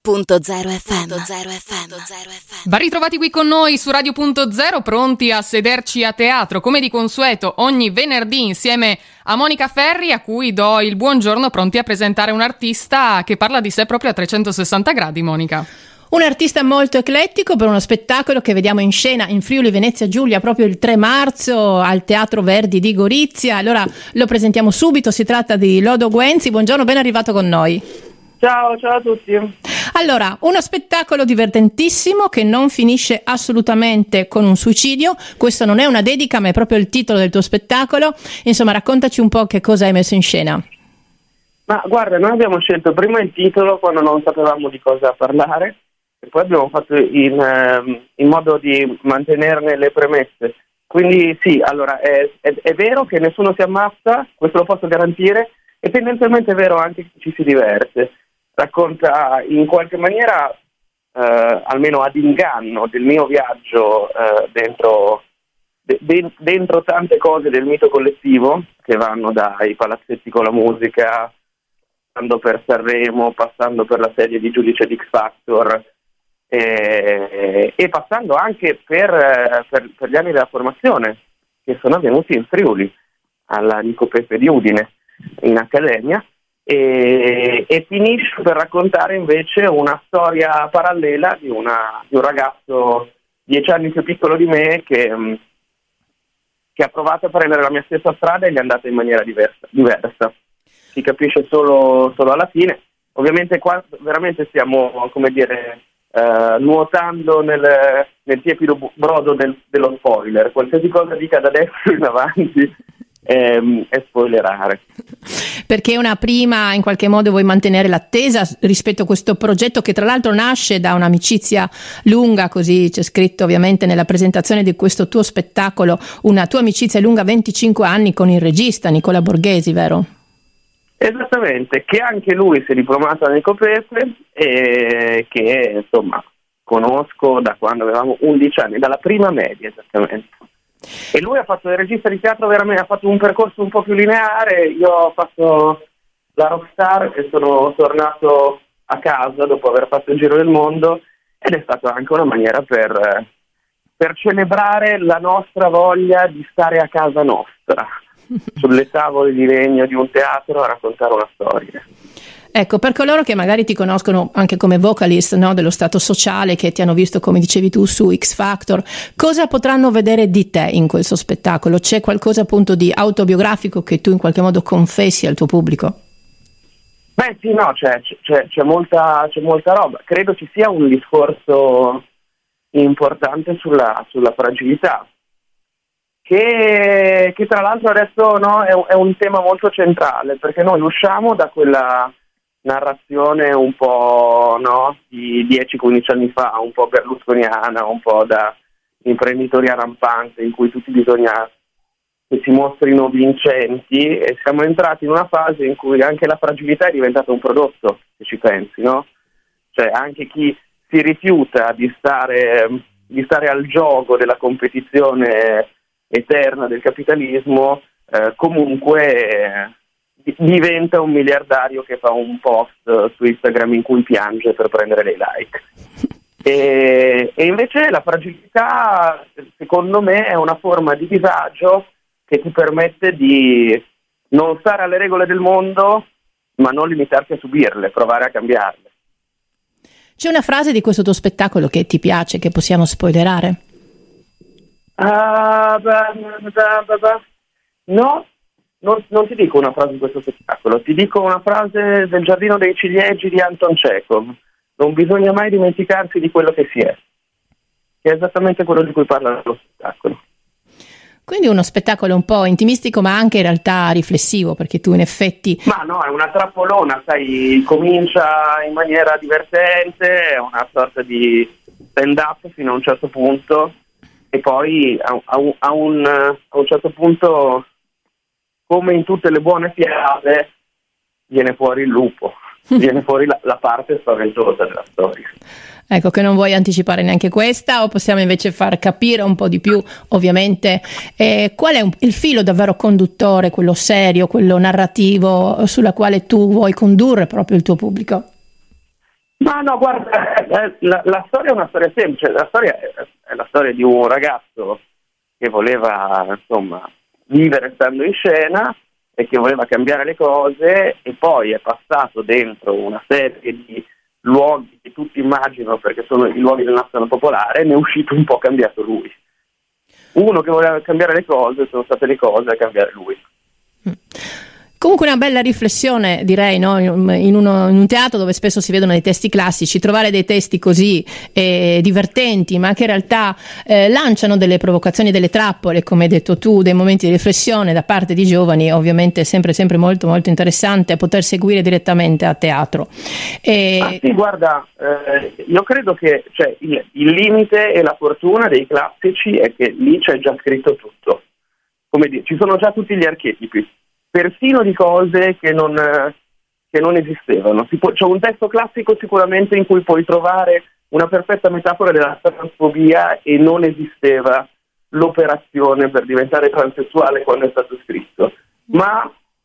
Radio.0 FM. Ben ritrovati qui con noi su Radio.0, pronti a sederci a teatro, come di consueto ogni venerdì insieme a Monica Ferri, a cui do il buongiorno, pronti a presentare un artista che parla di sé proprio a 360 gradi, Monica. Un artista molto eclettico per uno spettacolo che vediamo in scena in Friuli Venezia Giulia proprio il 3 marzo al Teatro Verdi di Gorizia. Allora lo presentiamo subito, si tratta di Lodo Guenzi. Buongiorno, ben arrivato con noi. Ciao a tutti. Allora, uno spettacolo divertentissimo che non finisce assolutamente con un suicidio. Questo non è una dedica, ma è proprio il titolo del tuo spettacolo. Insomma, raccontaci un po' che cosa hai messo in scena. Ma guarda, noi abbiamo scelto prima il titolo quando non sapevamo di cosa parlare e poi abbiamo fatto in modo di mantenerne le premesse. Quindi sì, allora è vero che nessuno si ammazza, questo lo posso garantire, e tendenzialmente è vero anche che ci si diverte. Racconta in qualche maniera, almeno ad inganno, del mio viaggio dentro tante cose del mito collettivo, che vanno dai palazzetti con la musica, passando per Sanremo, passando per la serie di giudice di X Factor, e passando anche per gli anni della formazione, che sono avvenuti in Friuli, alla Nico Pepe di Udine, in accademia. E finisce per raccontare invece una storia parallela di un ragazzo 10 anni più piccolo di me che ha provato a prendere la mia stessa strada e gli è andata in maniera diversa. Si capisce solo alla fine. Ovviamente qua veramente stiamo, come dire, nuotando nel tiepido brodo dello spoiler. Qualsiasi cosa dica da adesso in avanti è spoilerare. Perché una prima, in qualche modo vuoi mantenere l'attesa rispetto a questo progetto che tra l'altro nasce da un'amicizia lunga, così c'è scritto ovviamente nella presentazione di questo tuo spettacolo, una tua amicizia lunga 25 anni con il regista Nicola Borghesi, vero? Esattamente, che anche lui si è diplomato a Nico Pepe e che insomma conosco da quando avevamo 11 anni, dalla prima media esattamente. E lui ha fatto il regista di teatro, veramente ha fatto un percorso un po' più lineare. Io ho fatto la rockstar e sono tornato a casa dopo aver fatto il giro del mondo, ed è stata anche una maniera per celebrare la nostra voglia di stare a casa nostra, sulle tavole di legno di un teatro a raccontare una storia. Ecco, per coloro che magari ti conoscono anche come vocalist, no, dello stato sociale, che ti hanno visto, come dicevi tu, su X Factor, cosa potranno vedere di te in questo spettacolo? C'è qualcosa appunto di autobiografico che tu in qualche modo confessi al tuo pubblico? Beh sì, no, c'è molta roba. Credo ci sia un discorso importante sulla fragilità, che tra l'altro adesso, no, è un tema molto centrale, perché noi usciamo da quella narrazione un po', no, di 10-15 anni fa, un po' berlusconiana, un po' da imprenditoria rampante, in cui tutti bisogna che si mostrino vincenti, e siamo entrati in una fase in cui anche la fragilità è diventata un prodotto, se ci pensi, no? Cioè anche chi si rifiuta di stare al gioco della competizione eterna del capitalismo, comunque diventa un miliardario che fa un post su Instagram in cui piange per prendere dei like. E invece la fragilità, secondo me, è una forma di disagio che ti permette di non stare alle regole del mondo, ma non limitarti a subirle, provare a cambiarle. C'è una frase di questo tuo spettacolo che ti piace, che possiamo spoilerare? No, non ti dico una frase di questo spettacolo, ti dico una frase del Giardino dei ciliegi di Anton Chekhov: non bisogna mai dimenticarsi di quello che si è, che è esattamente quello di cui parla lo spettacolo. Quindi uno spettacolo un po' intimistico, ma anche in realtà riflessivo, perché tu in effetti... Ma no, è una trappolona, sai, comincia in maniera divertente, è una sorta di stand-up fino a un certo punto, e poi a un certo punto, come in tutte le buone fiabe, viene fuori il lupo, viene fuori la parte spaventosa della storia. Ecco, che non vuoi anticipare neanche questa, o possiamo invece far capire un po' di più, ovviamente, qual è il filo davvero conduttore, quello serio, quello narrativo, sulla quale tu vuoi condurre proprio il tuo pubblico? Ma no, guarda, la storia è una storia semplice, la storia è la storia di un ragazzo che voleva, insomma, vivere stando in scena e che voleva cambiare le cose, e poi è passato dentro una serie di luoghi che tutti immaginano perché sono i luoghi del Nassano Popolare, e ne è uscito un po' cambiato lui. Uno che voleva cambiare le cose, sono state le cose a cambiare lui. Comunque una bella riflessione, direi, no? In un teatro dove spesso si vedono dei testi classici, trovare dei testi così divertenti, ma che in realtà lanciano delle provocazioni, delle trappole, come hai detto tu, dei momenti di riflessione da parte di giovani, ovviamente sempre molto molto interessante a poter seguire direttamente a teatro. Sì, guarda, io credo che il limite e la fortuna dei classici è che lì c'è già scritto tutto. Come dire, ci sono già tutti gli archetipi, persino di cose che non esistevano. C'è un testo classico sicuramente in cui puoi trovare una perfetta metafora della transfobia, e non esisteva l'operazione per diventare transessuale quando è stato scritto. Ma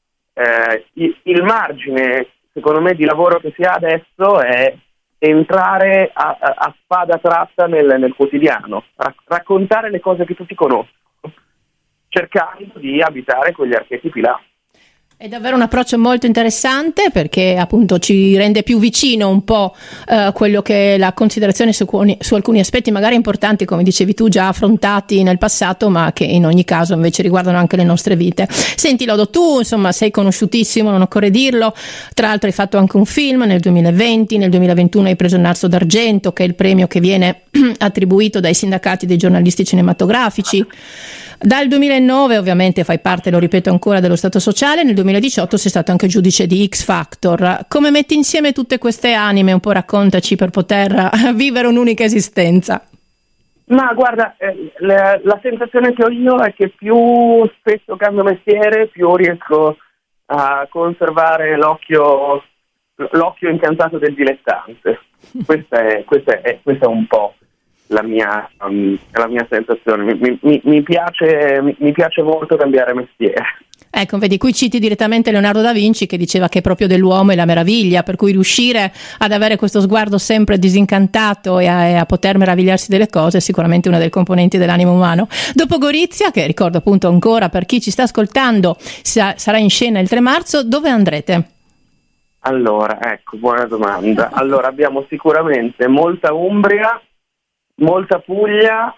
il margine, secondo me, di lavoro che si ha adesso è entrare a spada tratta nel quotidiano, raccontare le cose che tutti conoscono, cercando di abitare quegli archetipi là. È davvero un approccio molto interessante, perché appunto ci rende più vicino un po' quello che è la considerazione su alcuni aspetti magari importanti, come dicevi tu, già affrontati nel passato, ma che in ogni caso invece riguardano anche le nostre vite. Senti Lodo, tu insomma sei conosciutissimo, non occorre dirlo, tra l'altro hai fatto anche un film nel 2020, nel 2021 hai preso il Narso d'Argento, che è il premio che viene attribuito dai sindacati dei giornalisti cinematografici. Dal 2009 ovviamente fai parte, lo ripeto ancora, dello Stato Sociale, nel 2018 sei stato anche giudice di X Factor. Come metti insieme tutte queste anime? Un po' raccontaci, per poter vivere un'unica esistenza. Ma guarda, la sensazione che ho io è che più spesso cambio mestiere, più riesco a conservare l'occhio incantato del dilettante. Questa è un po' la mia sensazione. Mi piace molto cambiare mestiere. Ecco, vedi, qui citi direttamente Leonardo da Vinci, che diceva che proprio dell'uomo è la meraviglia, per cui riuscire ad avere questo sguardo sempre disincantato e a poter meravigliarsi delle cose è sicuramente una delle componenti dell'animo umano. Dopo Gorizia, che ricordo appunto ancora per chi ci sta ascoltando, sarà in scena il 3 marzo, dove andrete? Allora, ecco, buona domanda. Allora, abbiamo sicuramente molta Umbria, molta Puglia,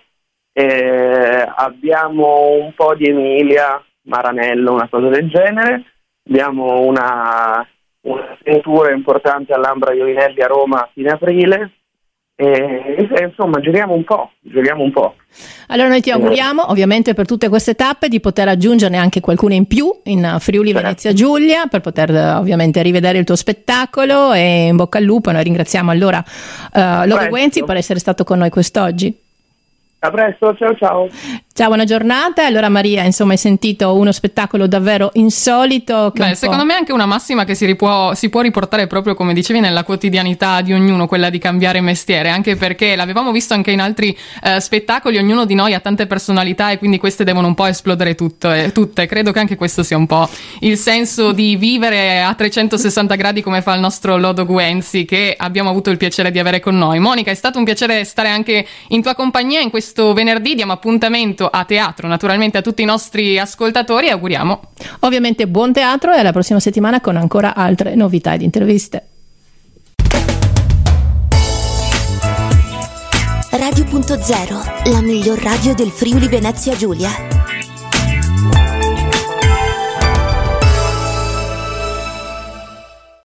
abbiamo un po' di Emilia, Maranello, una cosa del genere. Abbiamo una avventura importante all'Ambra Iovinelli a Roma a fine aprile. Insomma, giriamo un po'. Allora noi ti auguriamo ovviamente per tutte queste tappe di poter aggiungerne anche qualcuna in più in Friuli Venezia Giulia, per poter ovviamente rivedere il tuo spettacolo, e in bocca al lupo. Noi ringraziamo allora Lodo Guenzi per essere stato con noi quest'oggi. A presto, ciao. Ciao, buona giornata. Allora Maria, insomma, hai sentito uno spettacolo davvero insolito. Secondo me è anche una massima che si può riportare proprio, come dicevi, nella quotidianità di ognuno, quella di cambiare mestiere, anche perché l'avevamo visto anche in altri spettacoli, ognuno di noi ha tante personalità e quindi queste devono un po' esplodere tutte. Credo che anche questo sia un po' il senso di vivere a 360 gradi come fa il nostro Lodo Guenzi, che abbiamo avuto il piacere di avere con noi. Monica, è stato un piacere stare anche in tua compagnia in questo venerdì. Diamo appuntamento a teatro naturalmente a tutti i nostri ascoltatori e auguriamo ovviamente buon teatro, e alla prossima settimana con ancora altre novità ed interviste. Radio.0, la miglior radio del Friuli Venezia Giulia.